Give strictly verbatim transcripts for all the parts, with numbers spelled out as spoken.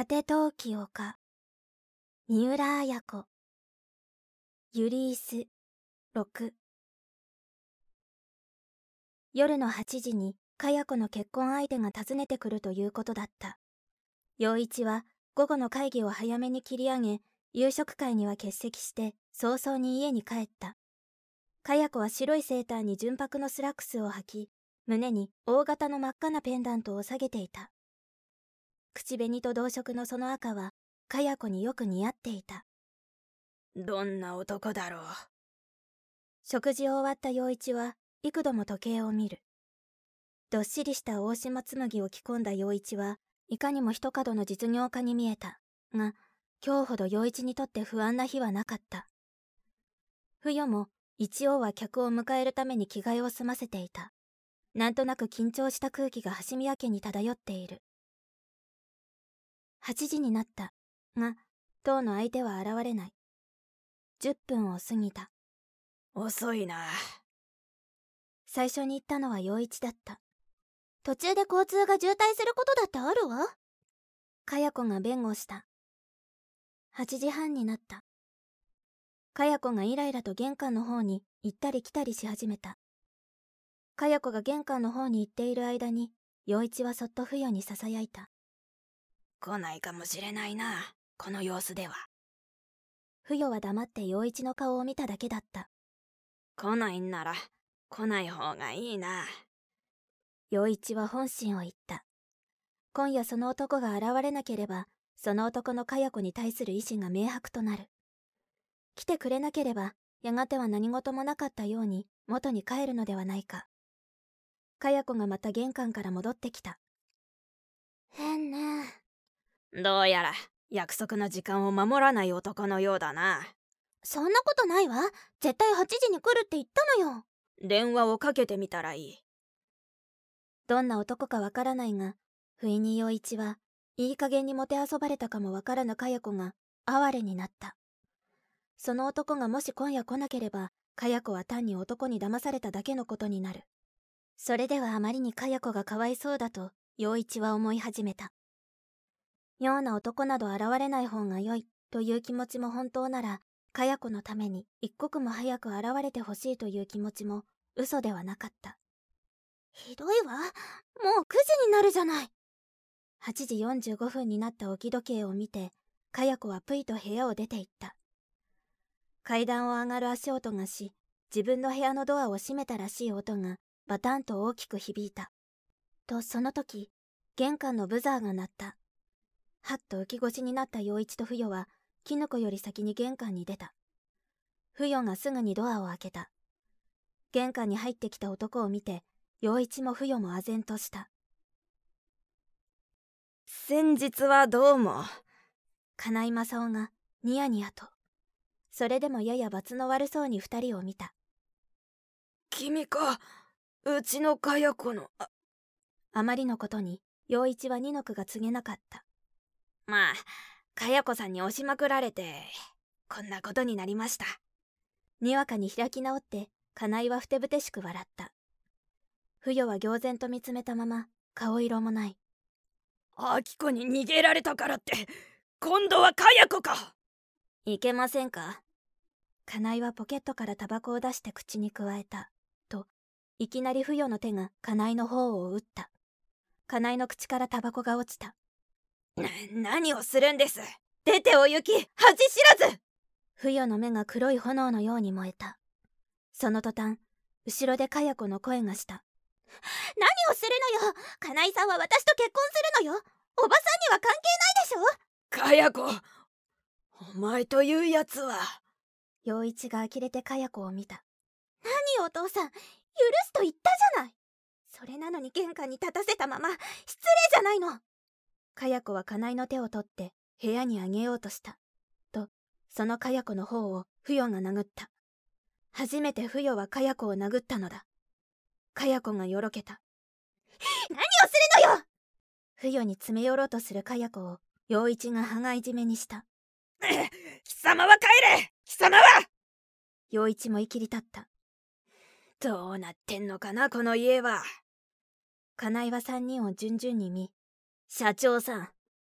果て陶器丘、三浦綾子、ユリース、ろく。夜のはちじに、かや子の結婚相手が訪ねてくるということだった。陽一は、午後の会議を早めに切り上げ、夕食会には欠席して、早々に家に帰った。かや子は白いセーターに純白のスラックスを履き、胸に大型の真っ赤なペンダントを下げていた。口紅と同色のその赤は、かや子によく似合っていた。 どんな男だろう。 食事を終わった陽一は、幾度も時計を見る。どっしりした大島紬を着込んだ陽一はいかにも一角の実業家に見えた。が、今日ほど陽一にとって不安な日はなかった。冬も一応は客を迎えるために着替えを済ませていた。なんとなく緊張した空気が橋宮家に漂っている。はちじになった。が、当の相手は現れない。じゅっぷんを過ぎた。 遅いな。 最初に言ったのは陽一だった。途中で交通が渋滞することだってあるわ。かや子が弁護した。はちじはんになった。かや子がイライラと玄関の方に行ったり来たりし始めた。かや子が玄関の方に行っている間に、陽一はそっと不与にささやいた。 来ないかもしれないな、この様子では。 不与は黙って陽一の顔を見ただけだった。 来ないんなら、来ない方がいいな。 陽一は本心を言った。今夜その男が現れなければ、その男のかや子に対する意志が明白となる。来てくれなければ、やがては何事もなかったように元に帰るのではないか。かや子がまた玄関から戻ってきた。変ね。 どうやら約束の時間を守らない男のようだな。 そんなことないわ。絶対はちじに来るって言ったのよ。 電話をかけてみたらいい。 どんな男かわからないが、不意に陽一はいい加減にもてあそばれたかもわからぬかや子が哀れになった。その男がもし今夜来なければ、かや子は単に男に騙されただけのことになる。それではあまりにかや子がかわいそうだと陽一は思い始めた。妙な男など現れない方が良いという気持ちも本当なら、かや子のために一刻も早く現れてほしいという気持ちも嘘ではなかった。ひどいわ。もうくじになるじゃない。はちじよんじゅうごふんになった置き時計を見て、かや子はぷいと部屋を出て行った。階段を上がる足音がし、自分の部屋のドアを閉めたらしい音がバタンと大きく響いた。とその時、玄関のブザーが鳴った。はっと浮き腰になった陽一と不与は、キノコより先に玄関に出た。不与がすぐにドアを開けた。玄関に入ってきた男を見て、陽一も不与も唖然とした。 先日はどうも。 金井正雄がニヤニヤと、それでもやや罰の悪そうに二人を見た。 君か、うちのかや子の。あ, あまりのことに陽一は二の句が告げなかった。 まあ、かや子さんに押しまくられてこんなことになりました。 にわかに開き直って金井はふてぶてしく笑った。不与は呆然と見つめたまま、顔色もない。 あきこに逃げられたからって今度はかや子か。 いけませんか。金井はポケットからタバコを出して口にくわえた。と、いきなり不与の手が金井の方を打った。金井の口からタバコが落ちた。 な、何をするんです。出てお行き、恥知らず。 不与の目が黒い炎のように燃えた。その途端、後ろでかや子の声がした。何をするのよ。金井さんは私と結婚するのよ。おばさんには関係ないでしょ。 かや子、お前というやつは。 陽一が呆れてかや子を見た。何お父さん、許すと言ったじゃない。それなのに玄関に立たせたまま、失礼じゃないの。かや子は金井の手を取って部屋にあげようとした。と、そのかや子の方を不与が殴った。初めて不与はかや子を殴ったのだ。かや子がよろけた。何をするのよ。不与に詰め寄ろうとするかや子を陽一が羽交い締めにした。 貴様は帰れ。貴様は。 陽一もいきり立った。 どうなってんのかなこの家は。 金井は三人を順々に見、社長さん、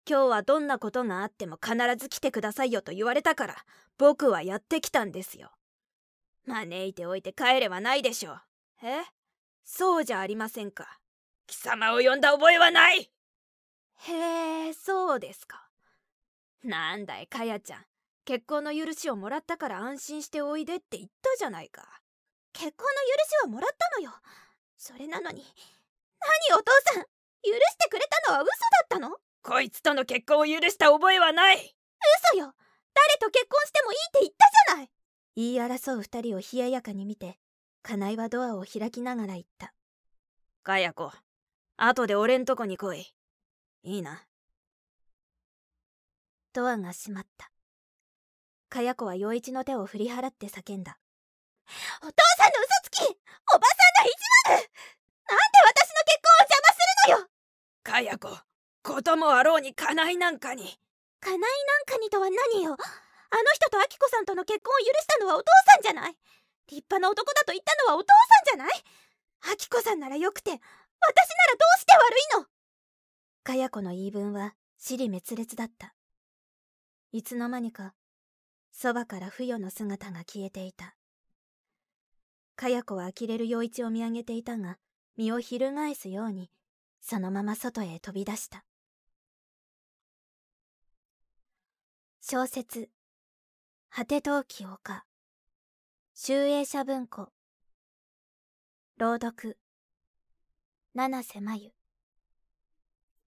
今日はどんなことがあっても必ず来てくださいよと言われたから僕はやってきたんですよ。招いておいて帰れはないでしょう。えそうじゃありませんか。貴様を呼んだ覚えはない。へえ、そうですか。なんだいかやちゃん、結婚の許しをもらったから安心しておいでって言ったじゃないか。 結婚の許しはもらったのよ。それなのに、何お父さん、許してくれたのは嘘だったの？ こいつとの結婚を許した覚えはない。 嘘よ。誰と結婚してもいいって言ったじゃない。言い争う二人を冷ややかに見て、カナイはドアを開きながら言った。 かや子、後で俺んとこに来い。いいな。 ドアが閉まった。かや子は陽一の手を振り払って叫んだ。お父さんの嘘つき、おばさんの意地悪。なんで私の結婚を邪魔するのよ。 かや子、こともあろうにかないなんかに。 かないなんかにとは何よ。あの人とあきこさんとの結婚を許したのはお父さんじゃない。立派な男だと言ったのはお父さんじゃない。あきこさんならよくて、私ならどうして悪いの。かや子の言い分は支離滅裂だった。いつの間にかそばから不与の姿が消えていた。かや子は呆れる陽一を見上げていたが、身を翻すようにそのまま外へ飛び出した。小説果て陶器丘、集英社文庫、朗読七瀬真由。